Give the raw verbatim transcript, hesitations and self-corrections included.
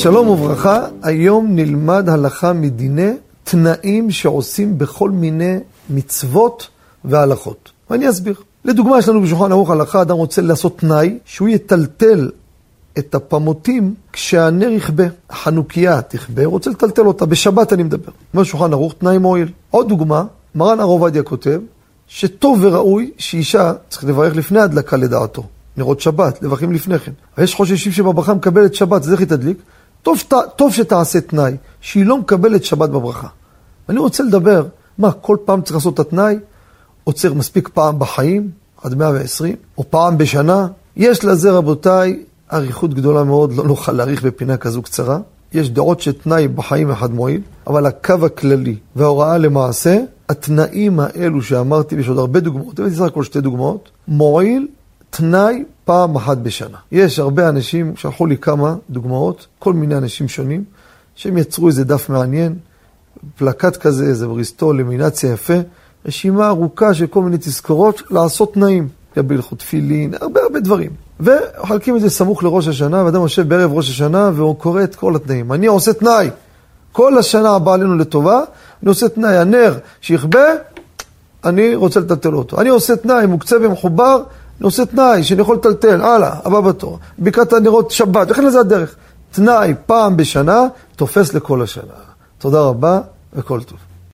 שלום וברכה, היום נלמד הלכה מדיני תנאים שעושים בכל מיני מצוות והלכות. ואני אסביר. לדוגמה, יש לנו בשולחן ערוך הלכה, אדם רוצה לעשות תנאי שהוא יטלטל את הפמותים כשהנר יכבה, החנוכיה תכבה, הוא רוצה לטלטל אותה, בשבת אני מדבר. בשולחן ערוך תנאי מועיל. עוד דוגמה, מרן הרב עובדיה כותב, שטוב וראוי שאישה צריך לברך לפני הדלקה לדעתו. נרות שבת, לבכים לפני כן. ויש חוששים שבברכה מקבלת שבת, אז איך היא תדליק? טוב, טוב שתעשה תנאי, שהיא לא מקבלת שבת בברכה. אני רוצה לדבר, מה, כל פעם צריך לעשות את התנאי? או צריך מספיק פעם בחיים, עד מאה ועשרים, או פעם בשנה? יש לזה רבותיי, עריכות גדולה מאוד, לא נוכל להעריך בפינה כזו קצרה. יש דעות שתנאי בחיים אחד מועיל, אבל הקו הכללי וההוראה למעשה, התנאים האלו שאמרתי, יש עוד הרבה דוגמאות, אבל תצטרך כל שתי דוגמאות, מועיל תנאי פעם אחת בשנה. יש הרבה אנשים, שלחו לי כמה דוגמאות, כל מיני אנשים שונים, שהם יצרו איזה דף מעניין, פלקט כזה, איזה בריסטול, למינציה יפה, רשימה ארוכה של כל מיני תזכורות לעשות תנאים. בהלכות תפילין, הרבה הרבה דברים. וחלקים את זה סמוך לראש השנה, ואדם יושב בערב ראש השנה, והוא קורא את כל התנאים. אני עושה תנאי. כל השנה הבאה עלינו לטובה, אני עושה תנאי. הנר שיכבה, אני רוצה לטלטל אותו. אני עושה תנאי, מוקצה ומחובר, אני עושה תנאי שאני יכול לטלטל. הלאה, הבא בתור. בקעת הנרות שבת, וכן לזה הדרך. תנאי פעם בשנה, תופס לכל השנה. תודה רבה וכל טוב.